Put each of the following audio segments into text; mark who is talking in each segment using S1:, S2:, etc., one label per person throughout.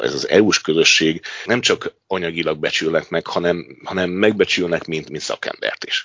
S1: Ez az EU-s közösség nem csak anyagilag becsülnek meg, hanem megbecsülnek, mint szakembert is.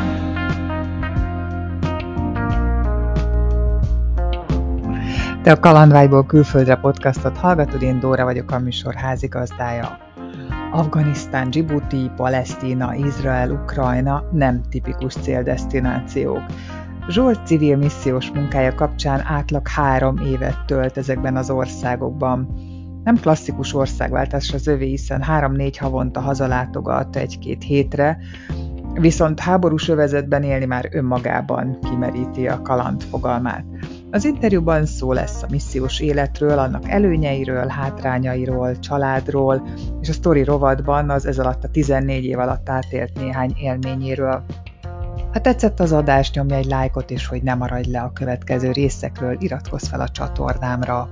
S2: Te a Kalandvágyból külföldre podcastot hallgatod, én Dóra vagyok, a műsor házigazdája. Afganisztán, Dzsibuti, Palesztina, Izrael, Ukrajna nem tipikus céldesztinációk. Zsolt civil missziós munkája kapcsán átlag 3 évet tölt ezekben az országokban. Nem klasszikus országváltás az övé, hiszen 3-4 havonta hazalátogat 1-2 hétre, viszont háborús övezetben élni már önmagában kimeríti a kaland fogalmát. Az interjúban szó lesz a missziós életről, annak előnyeiről, hátrányairól, családról, és a sztori rovatban az ez alatt a 14 év alatt átélt néhány élményéről. Ha tetszett az adás, nyomj egy lájkot, és hogy ne maradj le a következő részekről, iratkozz fel a csatornámra.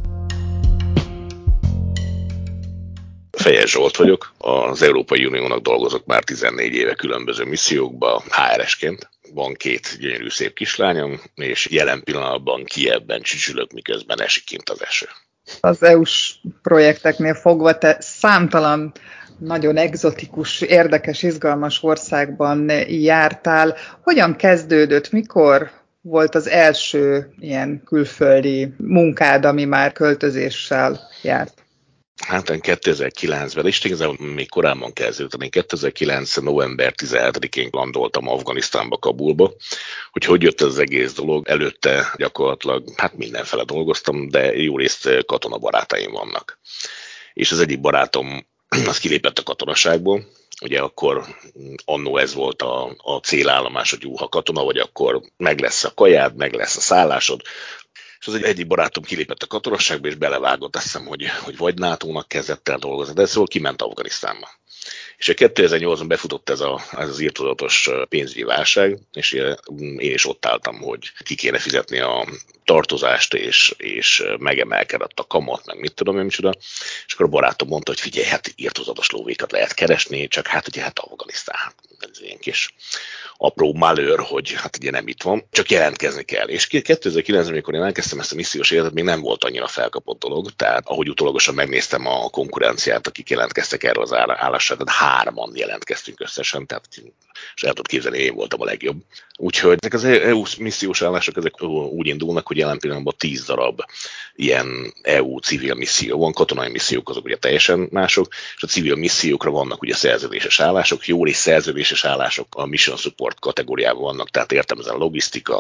S1: Fejes Zsolt vagyok, az Európai Uniónak dolgozok már 14 éve különböző missziókban, HR-esként. Van 2 gyönyörű szép kislányom, és jelen pillanatban Kijevben csücsülök, miközben esik kint az eső.
S2: Az EU-s projekteknél fogva te számtalan nagyon egzotikus, érdekes, izgalmas országban jártál. Hogyan kezdődött, mikor volt az első ilyen külföldi munkád, ami már költözéssel járt?
S1: Hát 2009-ben, és igazából még korábban kezdődtem. Én 2009. november 17-én landoltam Afganisztánba, Kabulba. Hogy jött ez az egész dolog? Előtte gyakorlatilag mindenfele dolgoztam, de jó részt katonabarátaim vannak. És az egyik barátom az kilépett a katonaságból. Ugye akkor annó ez volt a célállomás, hogy ha katona vagy, akkor meg lesz a kajád, meg lesz a szállásod. És az egyik barátom kilépett a katonasságba, és belevágott, azt hiszem, hogy vagy NATO-nak kezdett el dolgozni, de szóval kiment Afganisztánba. És 2008-ban befutott ez az irtózatos pénzügyi válság, és én is ott álltam, hogy ki kéne fizetni a tartozást, és megemelkedett a kamat, meg mit tudom én micsoda. És akkor a barátom mondta, hogy figyelj, irtózatos lóvékat lehet keresni, csak ugye Afganisztán, ez ilyen kis apró malőr, hogy ugye nem itt van, csak jelentkezni kell. És 2009-ben, amikor én elkezdtem ezt a missziós életet, még nem volt annyira felkapott dolog, tehát ahogy utólagosan megnéztem a konkurenciát, akik jelentkeztek erre az állásra, tehát 3-an jelentkeztünk összesen, tehát és el tudod képzelni, én voltam a legjobb. Úgyhogy ezek az EU missziós állások ezek úgy indulnak, hogy jelen pillanatban 10 darab ilyen EU civil misszió van, katonai missziók azok ugye teljesen mások, és a civil missziókra vannak ugye szerződéses állások, jó rész szerződéses állások a mission support kategóriában vannak, tehát értelmezen logisztika,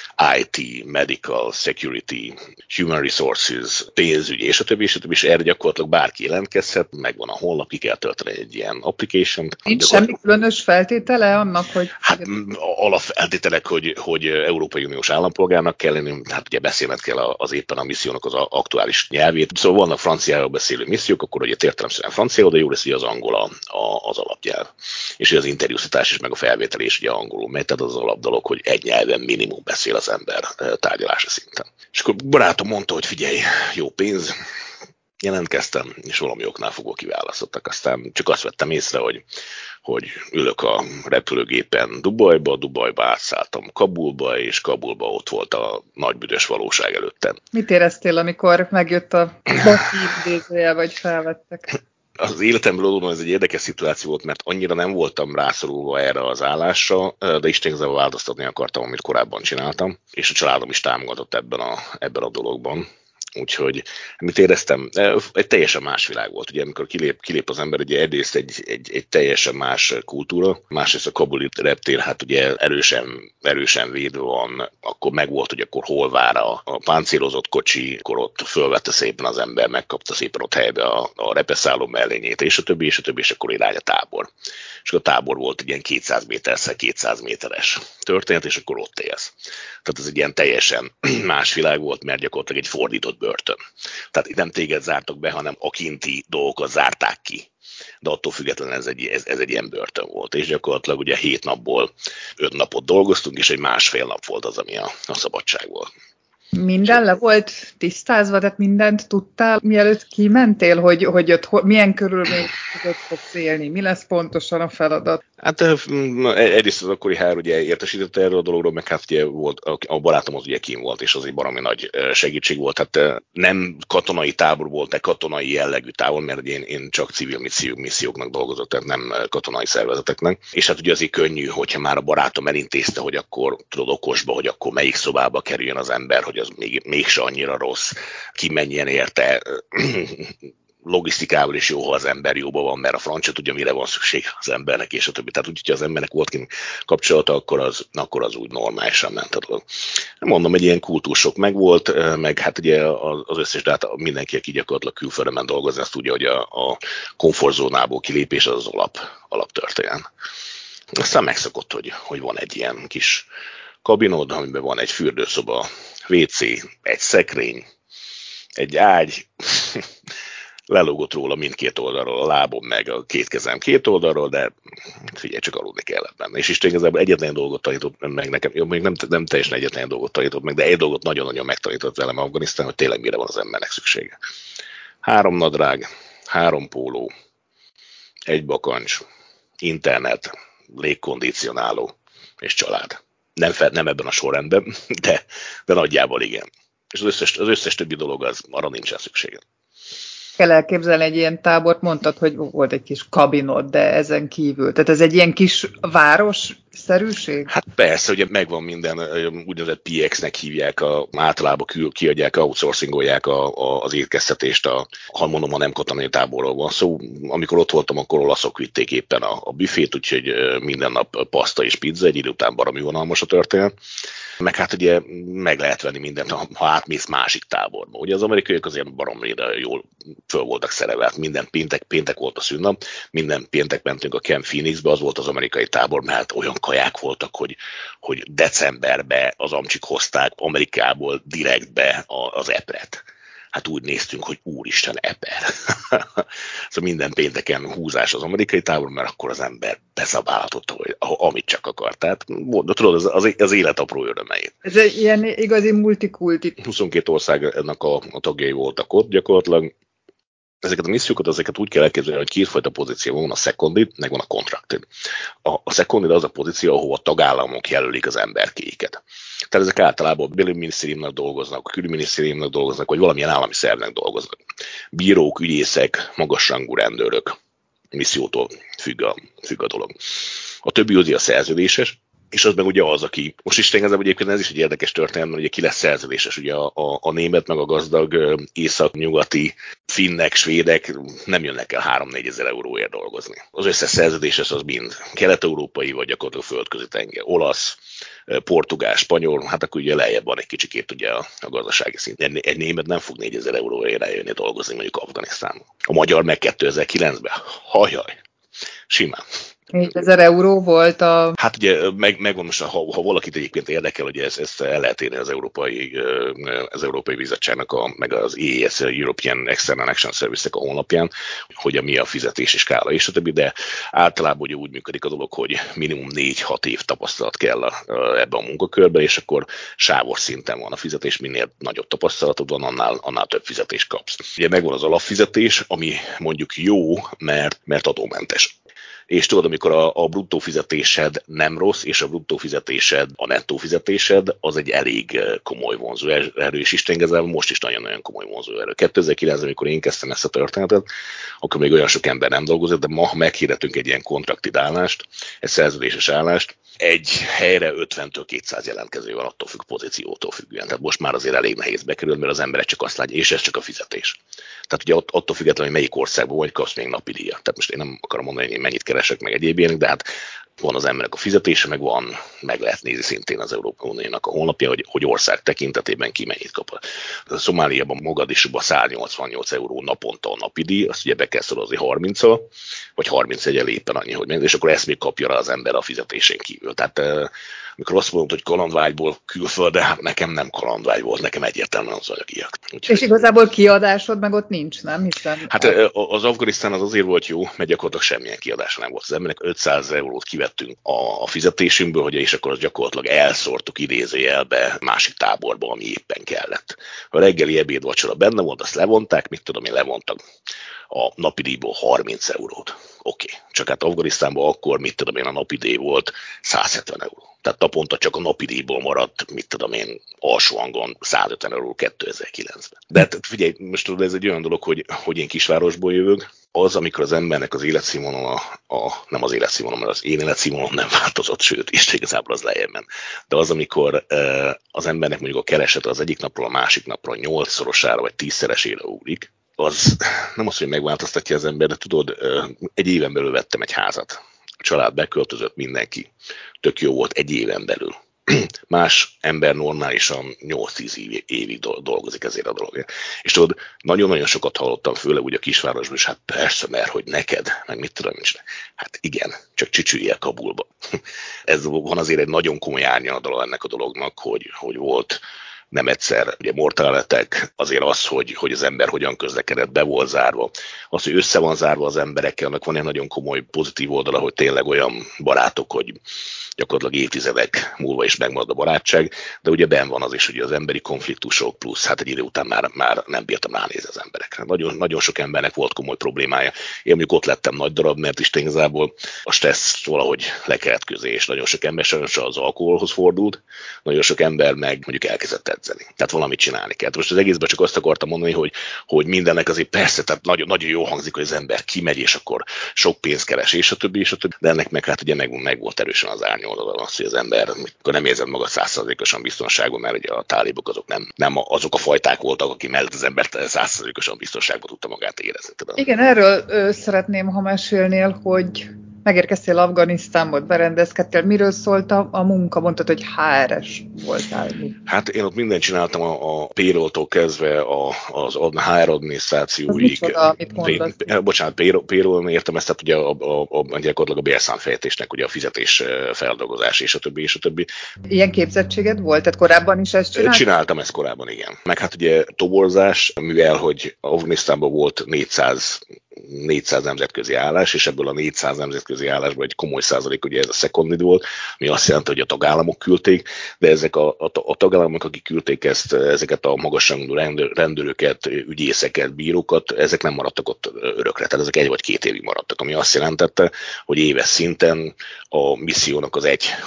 S1: IT, medical, security, human resources, pénzügy, és a többi, és erre gyakorlatilag bárki jelentkezhet, megvan a honlap, ki kell tölteni egy ilyen application-t.
S2: Nincs semmi különös feltétele annak, hogy...
S1: Alapfeltételek, hogy Európai Uniós állampolgárnak kell lenni, hát ugye beszélned kell az éppen a missziónak az aktuális nyelvét. Szóval vannak franciául beszélő missziók, akkor ugye értelemszerűen franciául, de jó lesz, hogy az angol az alapnyelv. És az interjúztatás is, meg a felvételés ugye angolul megy, tehát az alapdolog, hogy egy nyelven minimum beszél az ember tárgyalási szinten. És akkor barátom mondta, hogy figyelj, jó pénz, jelentkeztem, és valami oknál fogva kiválasztottak. Aztán csak azt vettem észre, hogy ülök a repülőgépen Dubajba átszálltam Kabulba, és Kabulba ott volt a nagy büdös valóság előttem.
S2: Mit éreztél, amikor megjött a idézőjel, vagy felvettek?
S1: Az életemről adódóan ez egy érdekes szituáció volt, mert annyira nem voltam rászorulva erre az állásra, de Isten igazából változtatni akartam, amit korábban csináltam, és a családom is támogatott ebben a dologban. Úgyhogy mit éreztem? Egy teljesen más világ volt. Ugye, amikor kilép az ember, ugye egyrészt egy teljesen más kultúra, másrészt a kabuli reptér, hát ugye erősen védve van, akkor megvolt, hogy akkor hol vár a páncélozott kocsi, akkor ott fölvette szépen az ember, megkapta szépen ott helybe a repeszálló mellényét, és a többi, és akkor irány a tábor. És a tábor volt egy ilyen 200 méterszer 200 méteres történet, és akkor ott élsz. Tehát ez egy ilyen teljesen más világ volt, mert gyakorlatilag egy fordított börtön. Tehát itt nem téged zártak be, hanem a kinti dolgokat zárták ki. De attól függetlenül ez egy ilyen börtön volt. És gyakorlatilag ugye 7 napból 5 napot dolgoztunk, és egy 1,5 nap volt az, ami a szabadság volt.
S2: Minden le volt tisztázva, tehát mindent tudtál, mielőtt kimentél, hogy ott milyen körülmények között fogsz élni, mi lesz pontosan a feladat?
S1: Hát egyrészt az akkori HR ugye értesítette erről a dologról, meg hát ugye volt, a barátom az ugye kín volt, és az egy baromi nagy segítség volt. Hát nem katonai tábor volt, de katonai jellegű tábor, mert én csak civil misszióknak dolgozott, tehát nem katonai szervezeteknek. És hát ugye azért könnyű, hogyha már a barátom elintézte, hogy akkor tudod okosba, hogy akkor melyik szobába kerüljön az ember, hogy az mégse annyira rossz, ki menjen érte, logisztikával is jó, ha az ember jóban van, mert a francia tudja, mire van szükség az embernek, és a többi. Tehát úgy, hogyha az embernek volt kint kapcsolata, akkor az úgy normálisan ment. Mondom, egy ilyen kultúrsok megvolt, meg hát ugye az összes, de hát mindenki, aki gyakorlatilag külföldre ment dolgozni, azt tudja, hogy a komfortzónából kilépés az alaptörténet. Aztán megszokott, hogy van egy ilyen kis kabinod, amiben van egy fürdőszoba, WC, egy szekrény, egy ágy, lelógott róla mindkét oldalról a lábom, meg a két kezem két oldalról, de figyelj, csak aludni kellett benne. És Isten igazából egyetlen dolgot tanított meg nekem, jó, még nem teljesen egyetlen dolgot tanított meg, de egy dolgot nagyon-nagyon megtanított velem Afganisztán, hogy tényleg mire van az embernek szüksége. 3 nadrág, 3 póló, 1 bakancs, internet, légkondicionáló és család. Nem ebben a sorrendben, de nagyjából igen. És az összes többi dolog arra nincsen szüksége.
S2: Kell elképzelni egy ilyen tábort, mondtad, hogy volt egy kis kabinod, de ezen kívül. Tehát ez egy ilyen kis városszerűség?
S1: Hát persze, ugye megvan minden, úgynevezett PX-nek hívják, általában kiadják, outsourcingolják az étkeztetést, ha mondom, a nem katonai táborról van szó. Amikor ott voltam, akkor olaszok vitték éppen a büfét, úgyhogy minden nap paszta és pizza, egy idő után baromi vonalmas a történet. Meg hát ugye meg lehet venni mindent, ha átmész másik táborba. Ugye az amerikaiak azért baromira jól föl voltak szerevelt. Minden péntek volt a szünnap, minden péntek mentünk a Camp Phoenixbe, az volt az amerikai tábor, mert olyan kaják voltak, hogy decemberben az amcsik hozták Amerikából direktbe az epret. Hát úgy néztünk, hogy úristen, eper. Szóval minden pénteken húzás az amerikai tábor, mert akkor az ember beszabálhatott, hogy amit csak akart. Tehát tudod, az élet apró örömeit.
S2: Ez egy ilyen igazi multikulti.
S1: 22 országnak a tagjai voltak ott gyakorlatilag. Ezeket a missziókat, ezeket úgy kell elképzelni, hogy kétfajta pozíció van, a seconded, meg van a contracted. A seconded az a pozíció, ahol a tagállamok jelölik az emberkéiket. Tehát ezek általában a belügyminisztériumnak dolgoznak, a külügyminisztériumnak dolgoznak, vagy valamilyen állami szervnek dolgoznak. Bírók, ügyészek, magasrangú rendőrök, missziótól függ a dolog. A többi ugye a szerződéses, és az meg ugye az, aki, most is tényleg egyébként ez is egy érdekes történet, mert ugye ki lesz szerződéses, ugye a német meg a gazdag észak-nyugati finnek, svédek nem jönnek el 3-4 ezer euróért dolgozni. Az összes szerződéses az mind kelet-európai, vagy gyakorlatilag földközi tenger, olasz, portugál, spanyol, hát akkor ugye lejjebb van egy kicsikét ugye a gazdasági szint. Egy német nem fog 4 000 euróért eljönni dolgozni mondjuk Afganisztánban. A magyar meg 2009-ben. Hajjaj, simán.
S2: 4000 euró volt a...
S1: Hát ugye megvan most, ha valakit egyébként érdekel, hogy ezt el lehet érni az Európai Bizottságnak, meg az EES, European External Action Service-ek a honlapján, hogy mi a fizetési skála és a többi, de általában ugye úgy működik a dolog, hogy minimum 4-6 év tapasztalat kell ebbe a munkakörbe, és akkor sávos szinten van a fizetés, minél nagyobb tapasztalatod van, annál több fizetést kapsz. Ugye megvan az alapfizetés, ami mondjuk jó, mert adómentes. És tudod, amikor a bruttó fizetésed nem rossz, és a bruttó fizetésed, a nettó fizetésed, az egy elég komoly vonzóerő, és Isten igazából most is nagyon-nagyon komoly vonzóerő. 2009-ben, amikor én kezdtem ezt a történetet, akkor még olyan sok ember nem dolgozott, de ma meghirdetünk egy ilyen kontraktid állást, egy szerződéses állást, egy helyre 50-től 200 jelentkező van, attól függ, pozíciótól függően. Tehát most már azért elég nehéz bekerülni, mert az emberek csak azt látják, és ez csak a fizetés. Tehát ugye attól függetlenül, hogy melyik országban vagy, kapsz még napi díjat. Tehát most én nem akarom mondani, hogy én mennyit keresek, meg egyéb ilyenek, de hát van az emberek a fizetése, meg lehet nézni szintén az Európai Uniónak a honlapja, hogy ország tekintetében ki mennyit kap. A Szomáliában, Mogadisúban 188 euró naponta a napi díj, azt ugye be kell szorozni 30-al, vagy 31-el éppen annyi, hogy és akkor ezt még kapja rá az ember a fizetésén kívül. Tehát Mikor azt mondod, hogy kalandvágyból külföldre, hát nekem nem kalandvágy volt, nekem egyértelműen az anyagiak.
S2: És igazából kiadásod meg ott nincs, nem? Hiszen
S1: hát az Afganisztán az azért volt jó, mert gyakorlatilag semmilyen kiadása nem volt. Az embernek 500 eurót kivettünk a fizetésünkből, hogy és akkor azt gyakorlatilag elszórtuk idézőjelbe másik táborba, ami éppen kellett. A reggeli ebéd vacsora benne volt, azt levonták, mit tudom én, levontak a napi díjból 30 eurót. Oké. Csak hát Afganisztánban akkor, mit tudom én, a napi díj volt 170 euró. Tehát naponta csak a napi díjból maradt, mit tudom én, alsó hangon 150 euró 2009-ben. De hát figyelj, most tudod, ez egy olyan dolog, hogy én kisvárosból jövök, az, amikor az embernek az életszínvonala, nem az életszínvonal, mert az én életszínvonalom nem változott, sőt, és igazából az lejjebb ment. De az, amikor az embernek mondjuk a keresete az egyik napról a másik napról 8-szorosára vagy 10-szeresére ugrik, az nem az, hogy megváltoztatja az ember, de tudod, egy éven belül vettem egy házat. A család beköltözött, mindenki. Tök jó volt egy éven belül. Más ember normálisan 8-10 évig dolgozik ezért a dologért. És tudod, nagyon-nagyon sokat hallottam, főleg ugye a kisvárosban, és hát persze, mert hogy neked, meg mit tudom is. Hát igen, csak csücsüljél Kabulba. Ez van azért egy nagyon komoly árnyalata ennek a dolognak, hogy volt nem egyszer ugye mortáletek, azért az, hogy az ember hogyan közlekedett, be volt zárva. Az, hogy össze van zárva az emberekkel, annak van egy nagyon komoly pozitív oldala, hogy tényleg olyan barátok, hogy gyakorlatilag évtizedek múlva is megmarad a barátság, de ugye benn van az is, hogy az emberi konfliktusok plusz, hát egy idő után már nem bírtam ránézni az emberekre. Nagyon, nagyon sok embernek volt komoly problémája. Én mondjuk ott lettem nagy darab, mert is igazából a stressz valahogy le kellett közé, és nagyon sok ember sajnos az alkoholhoz fordult, nagyon sok ember meg mondjuk elkezdett edzeni. Tehát valamit csinálni kell. Most az egészben csak azt akartam mondani, hogy mindennek azért persze, tehát nagyon, nagyon jó hangzik, hogy az ember kimegy, és akkor sok pénzt keres, és a többi, de ennek meg hát ugye meg volt erősen az árnyoldala az, hogy az ember, amikor nem érzed magad 100%-osan biztonságban, mert ugye a tálibok azok nem azok a fajták voltak, aki mellett az ember 100%-osan biztonságban tudta magát érezni.
S2: Igen, erről szeretném, ha mesélnél, hogy megérkeztél Afganisztánba, berendezkedtél. Miről szólt a munka? Mondtad, hogy HRS voltál.
S1: Hát én ott mindent csináltam a payroll-tól kezdve az HR adminisztrációig.
S2: Mit mondasz?
S1: Bocsánat, payroll értem ezt, tehát ugye gyakorlatilag a bérszámfejtésnek ugye a fizetés feldolgozás és a többi és a többi.
S2: Ilyen képzettséged volt? Tehát korábban is ezt csináltad?
S1: Csináltam ezt korábban, igen. Meg hát ugye toborzás, mivel hogy Afganisztánban volt 400 nemzetközi állás, és ebből a 400 nemzetközi állásból egy komoly százalék, ugye ez a seconded volt, ami azt jelenti, hogy a tagállamok küldték, de ezek a tagállamok, akik küldték ezeket a magasrangú rendőröket, ügyészeket, bírókat, ezek nem maradtak ott örökre, tehát ezek 1 vagy 2 évig maradtak, ami azt jelentette, hogy éves szinten a missziónak az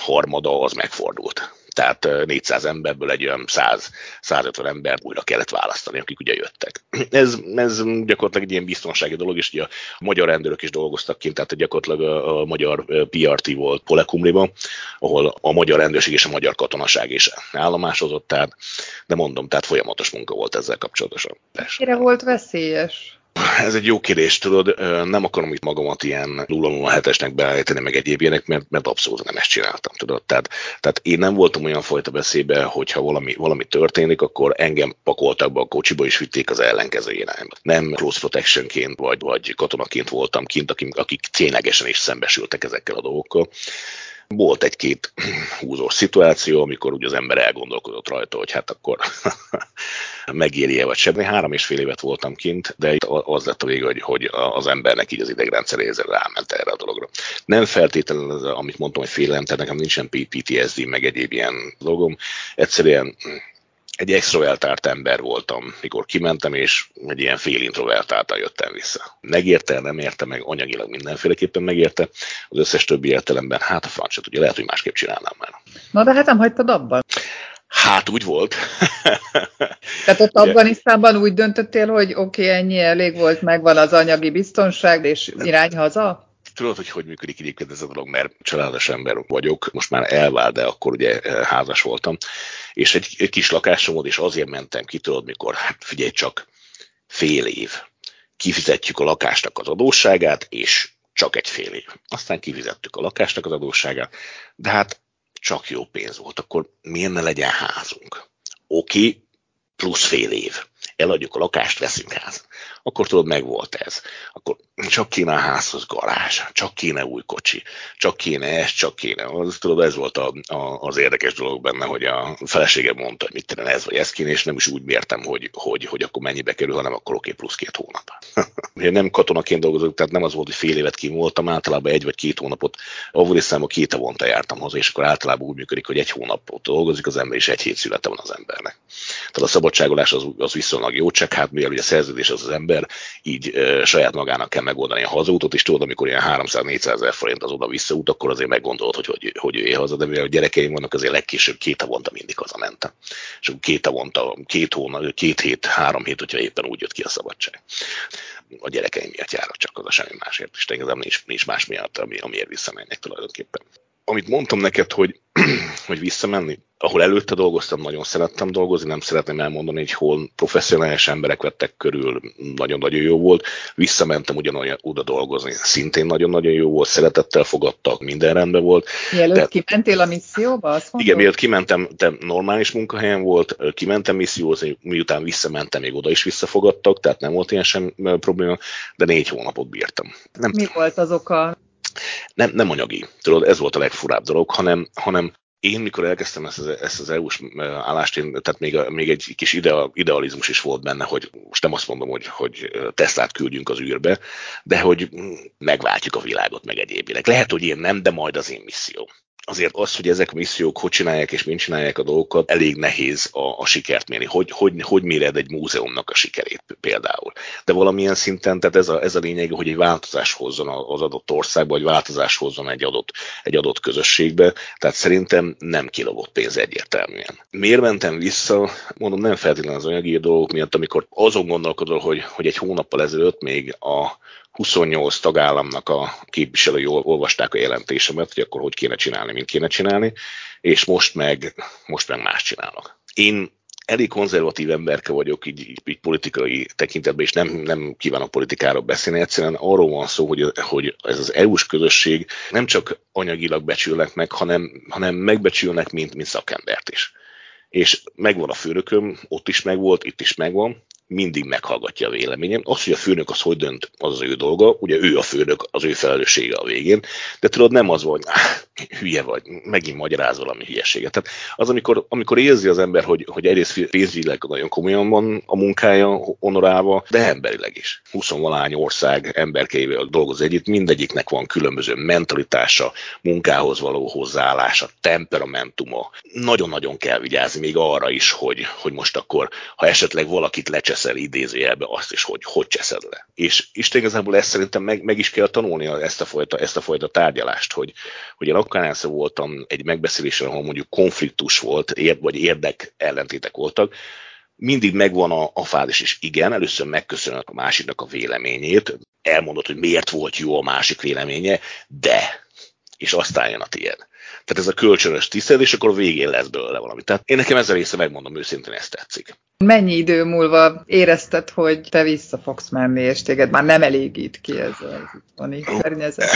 S1: 1/3 az megfordult. Tehát 400 emberből egy olyan 100-150 embert újra kellett választani, akik ugye jöttek. Ez gyakorlatilag egy ilyen biztonsági dolog, és ugye a magyar rendőrök is dolgoztak kint, tehát gyakorlatilag a magyar PRT volt Polekumliban, ahol a magyar rendőrség és a magyar katonaság is állomásozott, de mondom, tehát folyamatos munka volt ezzel kapcsolatosan.
S2: Mire volt veszélyes?
S1: Ez egy jó kérdés, tudod, nem akarom itt magamat ilyen 007-esnek beállítani, meg egyéb ilyenek, mert abszolút nem ezt csináltam, tudod. Tehát én nem voltam olyan fajta veszélybe, hogyha valami történik, akkor engem pakoltak be a kocsiba, és vitték az ellenkező irányba. Nem close protectionként, vagy katonaként voltam kint, akik ténylegesen is szembesültek ezekkel a dolgokkal. Volt egy-két húzós szituáció, amikor ugye az ember elgondolkodott rajta, hogy hát akkor megéri-e vagy sem. 3,5 évet voltam kint, de itt az lett a vége, hogy az embernek így az idegrendszer ráment erre a dologra. Nem feltétlenül az, amit mondtam, hogy félelem, tehát nekem nincsen PTSD, meg egyéb ilyen dolgom. Egyszerűen egy extrovertált ember voltam, mikor kimentem, és egy ilyen fél introvertáltan jöttem vissza. Megérte, nem érte meg, anyagilag mindenféleképpen megérte, az összes többi értelemben, hát a francsot, ugye lehet, hogy másképp csinálnám már.
S2: Na de hát nem hagytad abban.
S1: Hát úgy volt.
S2: Tehát ott Afganisztánban úgy döntöttél, hogy oké, ennyi elég volt, megvan az anyagi biztonság, és irány haza?
S1: Tudod, hogy működik egyébként ez a dolog, mert családos ember vagyok, most már elvált, de akkor ugye házas voltam, és egy kis lakásom volt, és azért mentem ki, tudod, mikor, hát figyelj csak, fél év. Kifizetjük a lakásnak az adósságát, és csak egy fél év. Aztán kifizettük a lakásnak az adósságát, de hát csak jó pénz volt, akkor miért ne legyen házunk? Oké, plusz fél év. Eladjuk a lakást, veszünk házat. akkor tudod, megvolt ez. Akkor csak kéne a házhoz garázs, csak kéne új kocsi, csak kéne ez, csak kéne. Tudod, ez volt az érdekes dolog benne, hogy a feleségem mondta, hogy mit tudom, ez vagy ez kéne, és nem is úgy mértem, hogy akkor mennyibe kerül, hanem akkor oké, plusz 2 hónap. Ugye nem katonaként dolgozok, tehát nem az volt, hogy fél évet kim voltam, általában 1 vagy 2 hónapot, Afganisztánban 2 havonta jártam haza, és akkor általában úgy működik, hogy 1 hónapot dolgozik az ember, és 1 hét születe van az embernek. Tehát a szabadságolás az viszonylag jó, csak hát mivel ugye a szerződés az ember, így saját magának kell megoldani a hazautat, és tudod, amikor ilyen 300-400 ezer forint az oda-vissza út, akkor azért meggondolod, hogy jöjjél haza, de mivel a gyerekeim vannak, azért legkésőbb 2 havonta mindig hazamentem. És akkor 2 havonta, 2 hónap, 2 hét, 3 hét, hogyha éppen úgy jött ki a szabadság. A gyerekeim miatt járok, csak az a semmi másért, és tényleg nincs más miatt, amiért visszamennek tulajdonképpen. Amit mondtam neked, hogy visszamenni, ahol előtte dolgoztam, nagyon szerettem dolgozni, nem szeretném elmondani, hogy hol professzionális emberek vettek körül, nagyon-nagyon jó volt. Visszamentem ugyanolyan oda dolgozni, szintén nagyon-nagyon jó volt, szeretettel fogadtak, minden rendben volt.
S2: Mielőtt kimentél a misszióba, azt mondod?
S1: Igen, mielőtt kimentem, normális munkahelyen volt, kimentem missziózni, miután visszamentem, még oda is visszafogadtak, tehát nem volt ilyen sem probléma, de 4 hónapot bírtam.
S2: Mi volt az oka?
S1: Nem anyagi. Tudod, ez volt a legfurább dolog, hanem én, mikor elkezdtem ezt az EU-s állást, tehát még egy kis idealizmus is volt benne, hogy most nem azt mondom, hogy Teslát küldjünk az űrbe, de hogy megváltjuk a világot meg egyébileg. Lehet, hogy én nem, de majd az én misszió. Azért az, hogy ezek a missziók hogy csinálják és mint csinálják a dolgokat, elég nehéz a sikert mérni. Hogy méred egy múzeumnak a sikerét például. De valamilyen szinten, tehát ez a lényeg, hogy egy változás hozzon az adott országba, vagy változás hozzon egy adott közösségbe. Tehát szerintem nem kilogott pénz egyértelműen. Miért mentem vissza? Mondom, nem feltétlenül az anyagi dolgok miatt, amikor azon gondolkodol, hogy 1 hónappal ezelőtt még a 28 tagállamnak a képviselői olvasták a jelentésemet, hogy akkor hogy kéne csinálni, mint kéne csinálni, és most meg más csinálnak. Én elég konzervatív emberke vagyok, így politikai tekintetben, és nem kívánok politikáról beszélni, egyszerűen arról van szó, hogy ez az EU-s közösség nem csak anyagilag becsülnek meg, hanem megbecsülnek, mint szakembert is. És megvan a főnököm, ott is megvolt, itt is megvan, mindig meghallgatja a véleményem. Az, hogy a főnök az hogy dönt, az az ő dolga, ugye ő a főnök, az ő felelőssége a végén, de tudod, nem az van, hogy hülye vagy, megint magyaráz valami hülyeséget. Tehát az, amikor érzi az ember, hogy egyrészt pénzügyileg nagyon komolyan van a munkája honorálva, de emberileg is. 20-valány ország emberkeivel dolgoz együtt, mindegyiknek van különböző mentalitása, munkához való hozzáállása, temperamentuma. Nagyon-nagyon kell vigyázni még arra is, hogy most akkor, ha esetleg valakit lecseszel idézőjelbe, azt is, hogy cseszed le. És Isten igazából ezt szerintem meg is kell tanulnia ezt a fajta tárgyalást, hogy én akárhányszor voltam egy megbeszélésen, ahol mondjuk konfliktus volt, vagy érdek ellentétek voltak, mindig megvan a fázis is. Igen, először megköszönöd a másiknak a véleményét, elmondod, hogy miért volt jó a másik véleménye, de, és aztán jön a tiéd. Tehát ez a kölcsönös tisztelet, és akkor a végén lesz belőle valami. Tehát én nekem ez a része, megmondom őszintén, ezt tetszik.
S2: Mennyi idő múlva érezted, hogy te vissza fogsz menni, és téged már nem elégít ki ez az itteni környezet?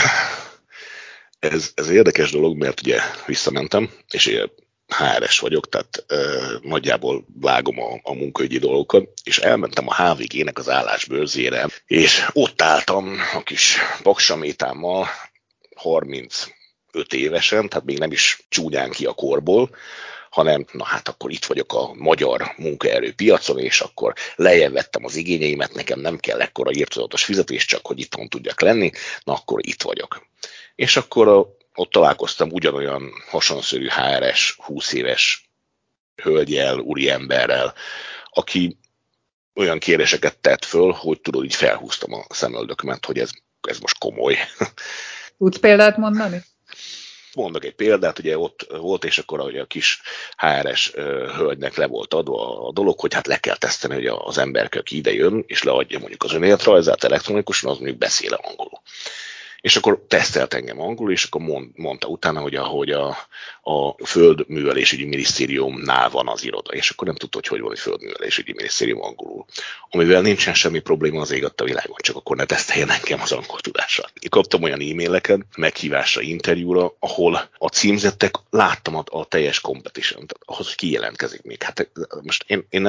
S1: Ez érdekes dolog, mert ugye visszamentem, és ugye HR-es vagyok, tehát nagyjából vágom a munkaügyi dolgokat, és elmentem a HVG-nek az állásbőrzére, és ott álltam a kis paksamétámmal, 35 évesen, tehát még nem is csúnyán ki a korból, hanem na hát akkor itt vagyok a magyar munkaerőpiacon, és akkor lejjebb vettem az igényeimet, nekem nem kell ekkora írtózatos fizetés, csak hogy itthon tudjak lenni, na akkor itt vagyok. És akkor ott találkoztam ugyanolyan hasonszörű HR-es, 20 éves hölgyel, úriemberrel, aki olyan kérdéseket tett föl, hogy tudod, így felhúztam a szemöldökömet, hogy ez most komoly.
S2: Tudsz példát mondani?
S1: Mondok egy példát, ugye ott volt, és akkor a kis HR-es hölgynek le volt adva a dolog, hogy hát le kell teszteni, hogy az emberke, aki ide jön, és leadja mondjuk az önéletrajzát elektronikusan, az mondjuk beszél angolul. És akkor tesztelt engem angolul, és akkor mondta utána, hogy a Földművelésügyi Minisztériumnál van az iroda, és akkor nem tudta, hogy van egy Földművelésügyi Minisztérium angolul. Amivel nincsen semmi probléma az ég a világon, csak akkor ne teszteljen engem az angol tudással. Én kaptam olyan e-maileket, meghívásra, interjúra, ahol a címzettek láttam a teljes competition, tehát ahhoz, hogy ki jelentkezik még. Hát most én nem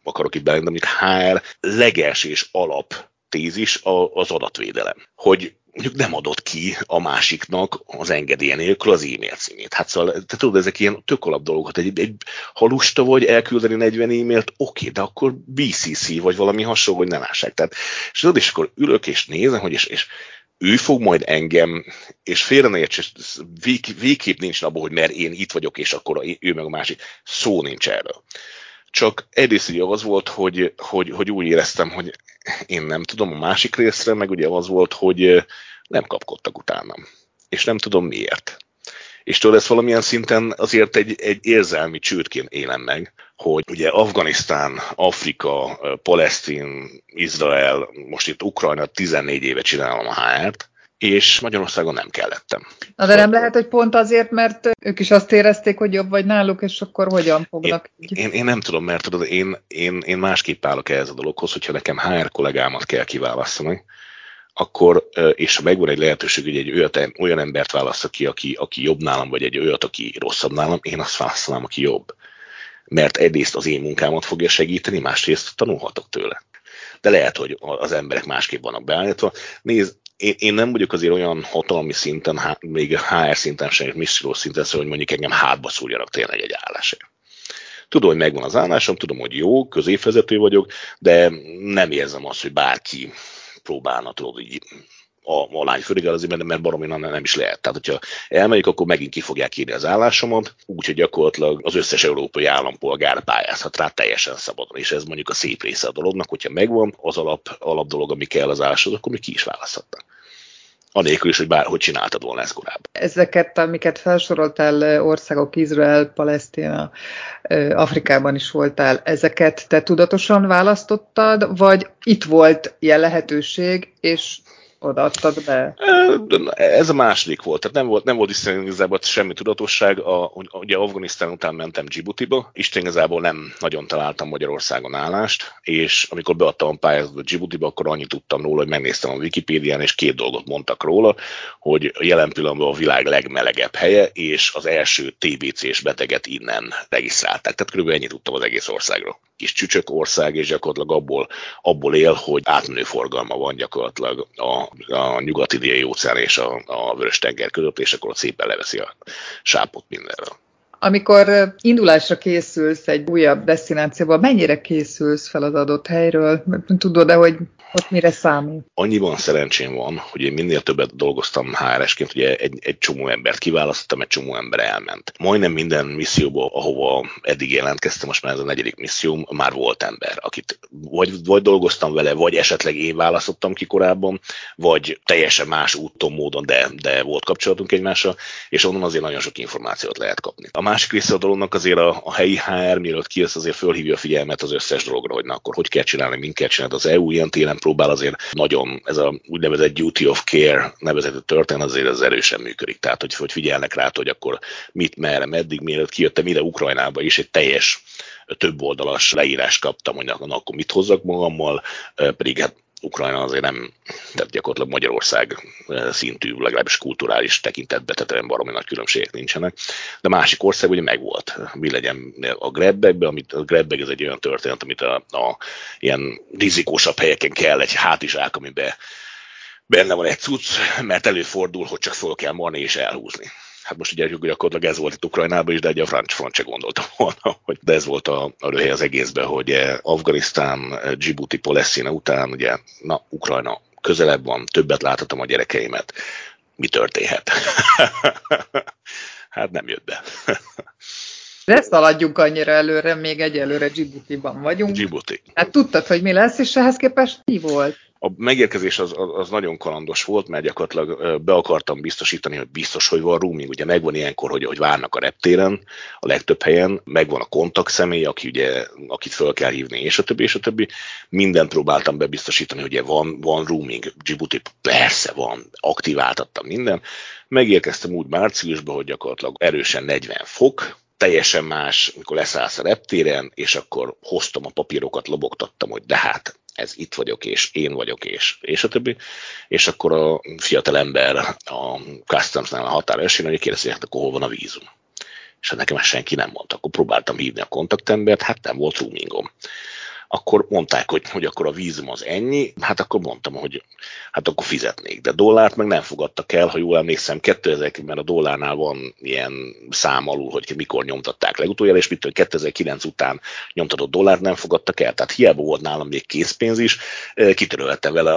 S1: akarok itt belenni, amit HR legelső és alap tézis az adatvédelem. Hogy mondjuk nem adott ki a másiknak az engedélye nélkül az e-mail címét. Hát szóval, te tudod, ezek ilyen tök alap dolgokat. Ha lusta vagy elküldeni 40 e-mailt, oké, de akkor BCC vagy valami hasonló, hogy ne lássák. Tehát, és tudod, és akkor ülök és nézem, hogy és ő fog majd engem, és félre ne érts, végképp nincs abban, hogy mert én itt vagyok, és akkor ő meg a másik. Szó nincs erről. Csak egyrészt ugye az volt, hogy úgy éreztem, hogy én nem tudom, a másik részre meg ugye az volt, hogy nem kapkodtak utánam. És nem tudom miért. És tőle ezt valamilyen szinten azért egy érzelmi csődként élem meg, hogy ugye Afganisztán, Afrika, Palesztin, Izrael, most itt Ukrajna 14 éve csinálom a HR-t, és Magyarországon nem kellettem.
S2: Na de nem lehet, hogy pont azért, mert ők is azt érezték, hogy jobb vagy náluk, és akkor hogyan fognak?
S1: Én nem tudom, mert tudod, én másképp állok ehhez a dologhoz, hogyha nekem HR kollégámat kell kiválasztani, akkor, és ha megvan egy lehetőség, hogy egy olyan embert válasszak ki, aki jobb nálam, vagy egy olyat, aki rosszabb nálam, én azt választanám, aki jobb. Mert egyrészt az én munkámat fogja segíteni, másrészt tanulhatok tőle. De lehet, hogy az emberek másképp vannak beállítva. Nézd, én nem vagyok azért olyan hatalmi szinten, még HR szinten sem, és misszió szinten, szóval, hogy mondjuk engem hátba szúrjanak tényleg egy állásért. Tudom, hogy megvan az állásom, tudom, hogy jó, középvezető vagyok, de nem érzem azt, hogy bárki próbálna, tudod, így a lány főigazgatója, mert baromi nem is lehet. Tehát, hogyha elmegyek, akkor megint ki fogják írni az állásomat, úgyhogy gyakorlatilag az összes európai állampolgár pályázhat rá teljesen szabadon, és ez mondjuk a szép része a dolognak, hogyha megvan az alap dolog, ami kell az álláshoz, akkor mi ki is választhatnak. Anélkül is, hogy bárhogy csináltad volna ezt korábban.
S2: Ezeket, amiket felsoroltál, országok, Izrael, Palesztina, Afrikában is voltál, ezeket te tudatosan választottad, vagy itt volt ilyen lehetőség, és odaadtad be?
S1: Ez a második volt, tehát nem volt igazából semmi tudatosság. Ugye Afganisztán után mentem Djiboutiba, Isten igazából nem nagyon találtam Magyarországon állást, és amikor beadtam a pályázatot Djiboutiba, akkor annyit tudtam róla, hogy megnéztem a Wikipédián, és 2 dolgot mondtak róla, hogy jelen pillanatban a világ legmelegebb helye, és az első TBC-s beteget innen regisztrálták. Tehát kb. Ennyit tudtam az egész országról. Kis csücsök ország, és gyakorlatilag abból él, hogy átmenő forgalma van gyakorlatilag a nyugat-indiai óceán és a Vörös-tenger között, és akkor ott szépen leveszi a sápot mindenről.
S2: Amikor indulásra készülsz egy újabb desztinációba, mennyire készülsz fel az adott helyről? Tudod-e, hogy ott mire számít?
S1: Annyiban szerencsém van, hogy én minél többet dolgoztam HR-esként, ugye egy csomó embert kiválasztottam, egy csomó ember elment. Majdnem minden misszióban, ahova eddig jelentkeztem, most már ez a 4. misszióm, már volt ember, akit vagy dolgoztam vele, vagy esetleg én választottam ki korábban, vagy teljesen más úton, módon, de volt kapcsolatunk egymással, és onnan azért nagyon sok információt lehet kapni. A másik része a dolognak azért a helyi HR, mielőtt kijössz, azért fölhívja a figyelmet az összes dologra, hogy na akkor hogy kell csinálni, mint kell csinálni. Az EU ilyen télen próbál azért nagyon, ez a úgynevezett duty of care nevezetű történet azért az erősen működik. Tehát, hogy figyelnek rá, hogy akkor mit, merre, meddig, mielőtt kijöttem ide Ukrajnába is, egy teljes több oldalas leírást kaptam, hogy akkor mit hozzak magammal, pedig hát Ukrajna azért nem, tehát gyakorlatilag Magyarország szintű, legalábbis kulturális tekintetben, tehát olyan baromi nagy különbségek nincsenek. De másik ország ugye megvolt. Mi legyen a Grabbagben, amit a Grabbag ez egy olyan történet, amit a ilyen rizikósabb helyeken kell egy hátizsák, amiben benne van egy cucc, mert előfordul, hogy csak föl kell marni és elhúzni. Hát most ugye gyakorlatilag ez volt itt Ukrajnában is, de egy a front se gondoltam volna, hogy de ez volt a röhely az egészben, hogy Afganisztán, Djibouti, Palesztina után, ugye, Ukrajna közelebb van, többet láthatom a gyerekeimet. Mi történhet? Hát nem jött be.
S2: Ne szaladjunk annyira előre, még egyelőre Djiboutiban vagyunk.
S1: Djibouti.
S2: Hát tudtad, hogy mi lesz, és ehhez képest mi volt?
S1: A megérkezés az nagyon kalandos volt, mert gyakorlatilag be akartam biztosítani, hogy biztos, hogy van rooming. Ugye megvan ilyenkor, hogy várnak a reptéren, a legtöbb helyen, megvan a kontaktszemély, akit fel kell hívni, és a többi, és a többi. Mindent próbáltam bebiztosítani, hogy van rooming. Djibouti persze van, aktiváltattam minden. Megérkeztem úgy márciusban, hogy gyakorlatilag erősen 40 fok, teljesen más, amikor leszállsz a reptéren, és akkor hoztam a papírokat, lobogtattam, hogy de hát ez itt vagyok, és én vagyok, és a többi. És akkor a fiatal ember a Customs-nál a határőrség, hogy kérdezi, hát akkor hol van a vízum. És hát nekem ezt senki nem mondta. Akkor próbáltam hívni a kontaktembert, hát nem volt roomingom. akkor mondták, hogy akkor a vízum az ennyi, hát akkor mondtam, hogy hát akkor fizetnék. De dollárt meg nem fogadtak el, ha jól emlékszem, 2000-ben a dollárnál van ilyen szám alul, hogy mikor nyomtatták legutoljára, és 2009 után nyomtatott dollárt nem fogadtak el. Tehát hiába volt nálam még készpénz is, kitöröltem vele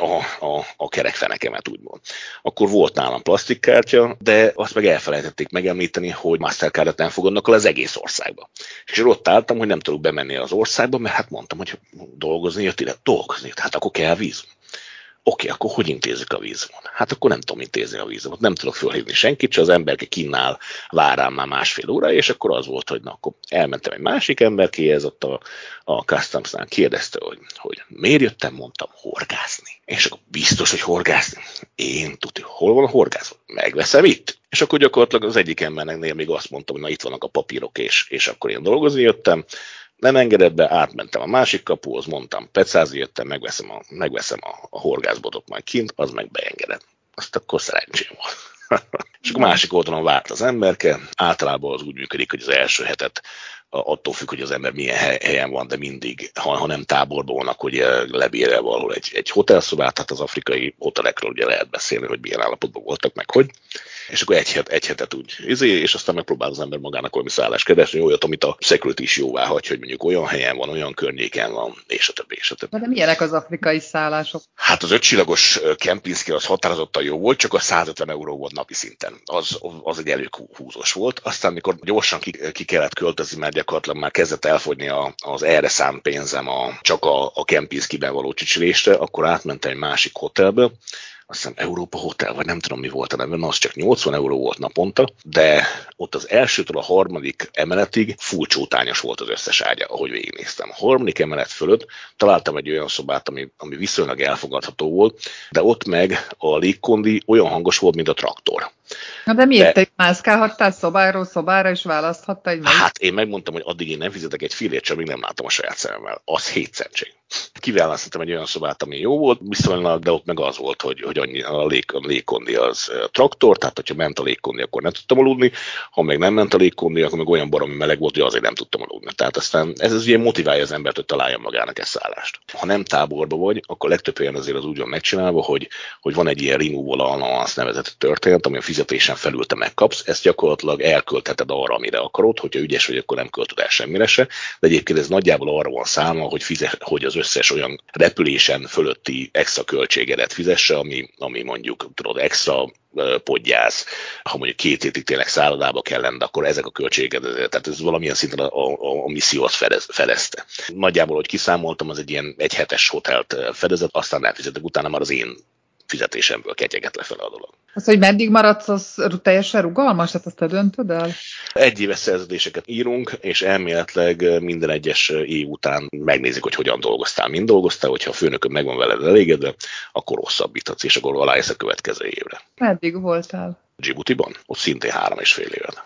S1: a kerekfenekemet, úgymond. Akkor volt nálam plastikkártya, de azt meg elfelejtették megemlíteni, hogy Mastercardot nem fogadnak el az egész országba. És ott álltam, hogy nem tudok bemenni az országba, mert hát mondtam, hogy dolgozni jött ide. Dolgozni jött, hát akkor kell vízum. Oké, akkor hogy intézzük a vízumot? Hát akkor nem tudom intézni a vízumot, nem tudok fölhívni senkit, csak az emberke kínál, vár rám már másfél óra, és akkor az volt, hogy na, akkor elmentem egy másik emberkéhez, ott a Customsnál kérdezte, hogy miért jöttem, mondtam, horgászni. És akkor biztos, hogy horgászni. Én tudja, hol van a horgász? Megveszem itt. És akkor gyakorlatilag az egyik embernek még azt mondtam, hogy na itt vannak a papírok, és akkor én dolgozni jöttem. Nem engedett be, átmentem a másik kapuhoz, mondtam, pecázni jöttem, megveszem a horgászbotot majd kint, az meg beengedett. Azt akkor szerencsém volt. És akkor másik oldalon várt az emberke, általában az úgy működik, hogy az első hetet attól függ, hogy az ember milyen helyen van, de mindig, ha nem táborban van, akkor ugye lebérel valahol egy hotelszobát, tehát az afrikai hotelekről ugye lehet beszélni, hogy milyen állapotban voltak, meg hogy. És akkor egy hetet úgy, és aztán megpróbál az ember magának valami szállást keresni, olyat, amit a security is jóvá hagy, hogy mondjuk olyan helyen van, olyan környéken van, és a többi, és a többi.
S2: De milyenek az afrikai szállások?
S1: Hát az 5 csillagos Kempinski az határozottan jó volt, csak a 150 euró volt napi szinten. Az egy elég húzós volt. Aztán, mikor gyorsan ki kellett költözni, mert gyakorlatilag már kezdett elfogyni az erre szánt pénzem csak a Kempinskiben való csicsilésre, akkor átmentem egy másik hotelbe, azt hiszem Európa Hotel, vagy nem tudom mi volt a neve, az csak 80 euró volt naponta, de ott az elsőtől a harmadik emeletig full csótányos volt az összes ágya, ahogy végignéztem. A harmadik emelet fölött találtam egy olyan szobát, ami viszonylag elfogadható volt, de ott meg a légkondi olyan hangos volt, mint a traktor.
S2: Na de miért te mászkálhattál szobáról szobára, és választhattál egy melyik?
S1: Hát én megmondtam, hogy addig én nem fizetek egy fillért, csak még nem látom a saját szememmel. Az 7 centség. Kiválasztottam egy olyan szobát, ami jó volt, viszonylag, de ott meg az volt, hogy annyi a légkondi az traktor, tehát hogyha ment a légkondi, akkor nem tudtam aludni, ha meg nem ment a légkondi, akkor meg olyan baromi meleg volt, hogy azért nem tudtam aludni. Tehát aztán ez ugye motiválja az embert, hogy találja magának ezt szállást. Ha nem táborba vagy, akkor legtöbb helyen azért az úgy van megcsinálva, hogy van egy ilyen removal allowance nevezett történet, ami a fizetésen felül te megkapsz, ezt gyakorlatilag elköltheted arra, amire akarod, hogyha ügyes vagy, akkor nem költöd el semmire se, de egyébként ez nagyjából arra van számolva, hogy az összes olyan repülésen fölötti extra költségedet fizesse, ami mondjuk tudod, extra podgyász, ha mondjuk 2 hétig tényleg szállodába kell lenni, akkor ezek a költségek, tehát ez valamilyen szinten a misszió azt fedezte. Nagyjából, hogy kiszámoltam, az egy ilyen egyhetes hotelt fedezett, aztán elfizetek, utána már az én fizetésemből ketyeget lefele a dolog.
S2: Az, hogy meddig maradsz, az teljesen rugalmas, tehát azt te döntöd el?
S1: 1 éves szerződéseket írunk, és elméletileg minden egyes év után megnézik, hogy hogyan dolgoztál, mind dolgoztál, hogyha a főnököd meg van veled elégedve, akkor hosszabbíthatsz, és akkor aláírsz a következő évre.
S2: Meddig voltál?
S1: Djiboutiban? Ott szintén 3,5 évet.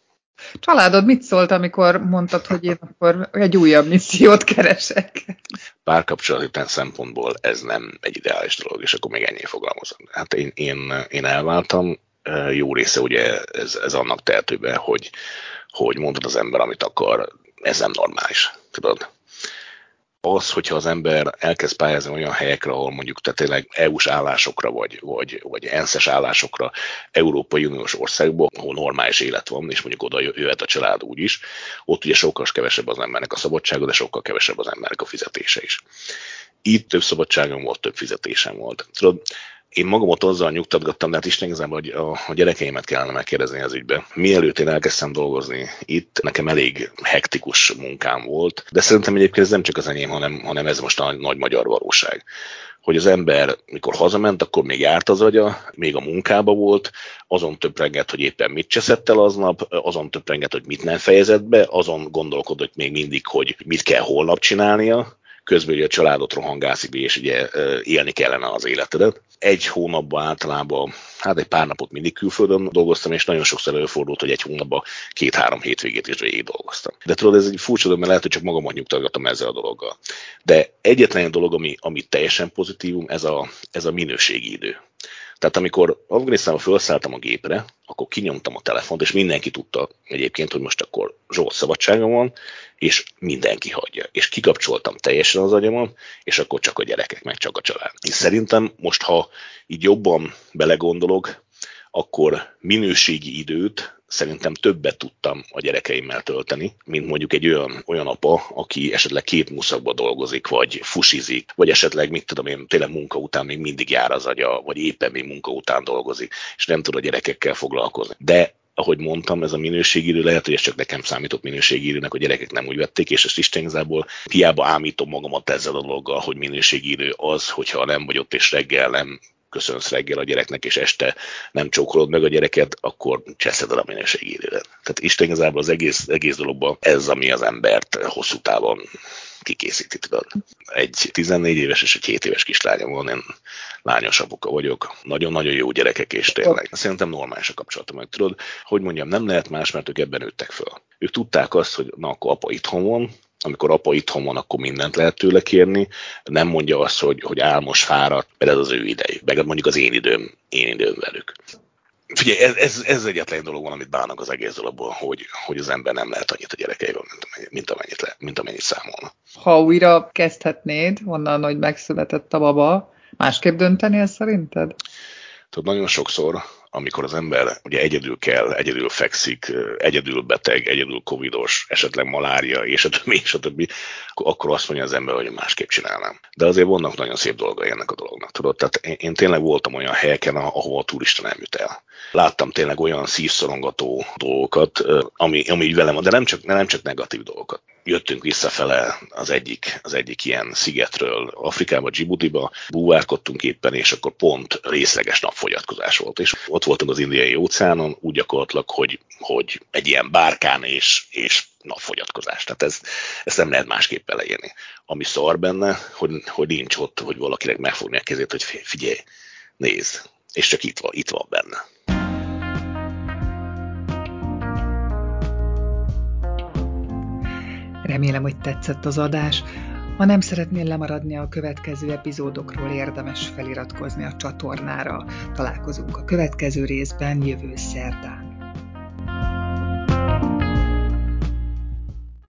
S2: Családod mit szólt, amikor mondtad, hogy én akkor egy újabb missziót keresek?
S1: Párkapcsolati szempontból ez nem egy ideális dolog, és akkor még ennyi fogalmazom. Hát én elváltam, jó része ugye ez annak tehető be, hogy mondod az ember, amit akar, ez nem normális, tudod. Az, hogyha az ember elkezd pályázni olyan helyekre, ahol mondjuk te tényleg EU-s állásokra, vagy ENSZ-es állásokra, Európai Uniós országban, ahol normális élet van, és mondjuk oda jöhet a család úgy is, ott ugye sokkal kevesebb az embernek a szabadsága, de sokkal kevesebb az embernek a fizetése is. Itt több szabadságom volt, több fizetésem volt. Tudod, én magamat azzal nyugtatgattam, de hát Isten igazából, hogy a gyerekeimet kellene megkérdezni az ügybe. Mielőtt én elkezdtem dolgozni itt, nekem elég hektikus munkám volt, de szerintem egyébként ez nem csak az enyém, hanem ez most a nagy magyar valóság. Hogy az ember, mikor hazament, akkor még járt az agya, még a munkába volt, azon töprengett, hogy éppen mit cseszett el aznap, azon töprengett, hogy mit nem fejezett be, azon gondolkodott még mindig, hogy mit kell holnap csinálnia, közben ugye a családot rohangászik, és ugye élni kellene az életedet. 1 hónapban általában, hát egy pár napot mindig külföldön dolgoztam, és nagyon sokszor előfordult, hogy 1 hónapban 2-3 hétvégét is végig dolgoztam. De tudod, ez egy furcsa dolog, mert lehet, hogy csak magamat nyugtatgatom ezzel a dologgal. De egyetlen dolog, ami teljesen pozitívum, ez a minőségi idő. Tehát amikor Afganisztánba felszálltam a gépre, akkor kinyomtam a telefont, és mindenki tudta egyébként, hogy most akkor Zsolt szabadsága van, és mindenki hagyja. És kikapcsoltam teljesen az agyamat, és akkor csak a gyerekek, meg csak a család. És szerintem most, ha így jobban belegondolok, akkor minőségi időt szerintem többet tudtam a gyerekeimmel tölteni, mint mondjuk egy olyan apa, aki esetleg képmuszakba dolgozik, vagy fusizik, vagy esetleg, mit tudom én, tényleg munka után még mindig jár az agya, vagy éppen még munka után dolgozik, és nem tud a gyerekekkel foglalkozni. De ahogy mondtam, ez a minőségi idő, lehet, hogy ez csak nekem számított minőségi időnek, a gyerekek nem úgy vették, és ezt Isten igazából hiába ámítom magamat ezzel a dologgal, hogy minőségi idő az, hogyha nem vagy ott és reggel nem köszönsz reggel a gyereknek, és este nem csókolod meg a gyereket, akkor cseszed el a minőségi időt. Tehát Isten igazából az egész dologban ez, ami az embert hosszú távon kikészíti, tudod. Egy 14 éves és egy 7 éves kislányom van, én lányos apuka vagyok, nagyon-nagyon jó gyerekek, és tényleg szerintem normális a kapcsolatom, hogy tudod, hogy mondjam, nem lehet más, mert ők ebben nőttek föl. Ők tudták azt, hogy na, akkor apa itthon van, amikor apa itthon van, akkor mindent lehet tőle kérni, nem mondja azt, hogy álmos, fáradt, mert ez az ő idejük, meg mondjuk az én időm velük. Figyelj, ez egyetlen dolog van, amit bánok az egész dologból, hogy az ember nem lehet annyit a gyerekeivel, mint amennyit számolna.
S2: Ha újra kezdhetnéd, onnan, hogy megszületett a baba, másképp döntenél szerinted?
S1: Tudod, nagyon sokszor, amikor az ember ugye egyedül fekszik, egyedül beteg, egyedül covidos, esetleg malária, és a többi, akkor azt mondja az ember, hogy másképp csinálnám. De azért vannak nagyon szép dolgai ennek a dolognak, tudod? Tehát én tényleg voltam olyan helyeken, ahol a turista nem jut el. Láttam tényleg olyan szívszorongató dolgokat, ami velem van, de nem csak negatív dolgokat. Jöttünk visszafele az egyik ilyen szigetről, Afrikába, Djiboutiba, búvárkodtunk éppen, és akkor pont részleges napfogyatkozás volt. És ott voltunk az Indiai óceánon, úgy gyakorlatilag, hogy egy ilyen bárkán és napfogyatkozás. Tehát ezt nem lehet másképpen leírni. Ami szar benne, hogy nincs ott, hogy valakinek megfogni a kezét, hogy figyelj, nézd, és csak itt van benne.
S2: Remélem, hogy tetszett az adás. Ha nem szeretnél lemaradni a következő epizódokról, érdemes feliratkozni a csatornára. Találkozunk a következő részben jövő szerdán.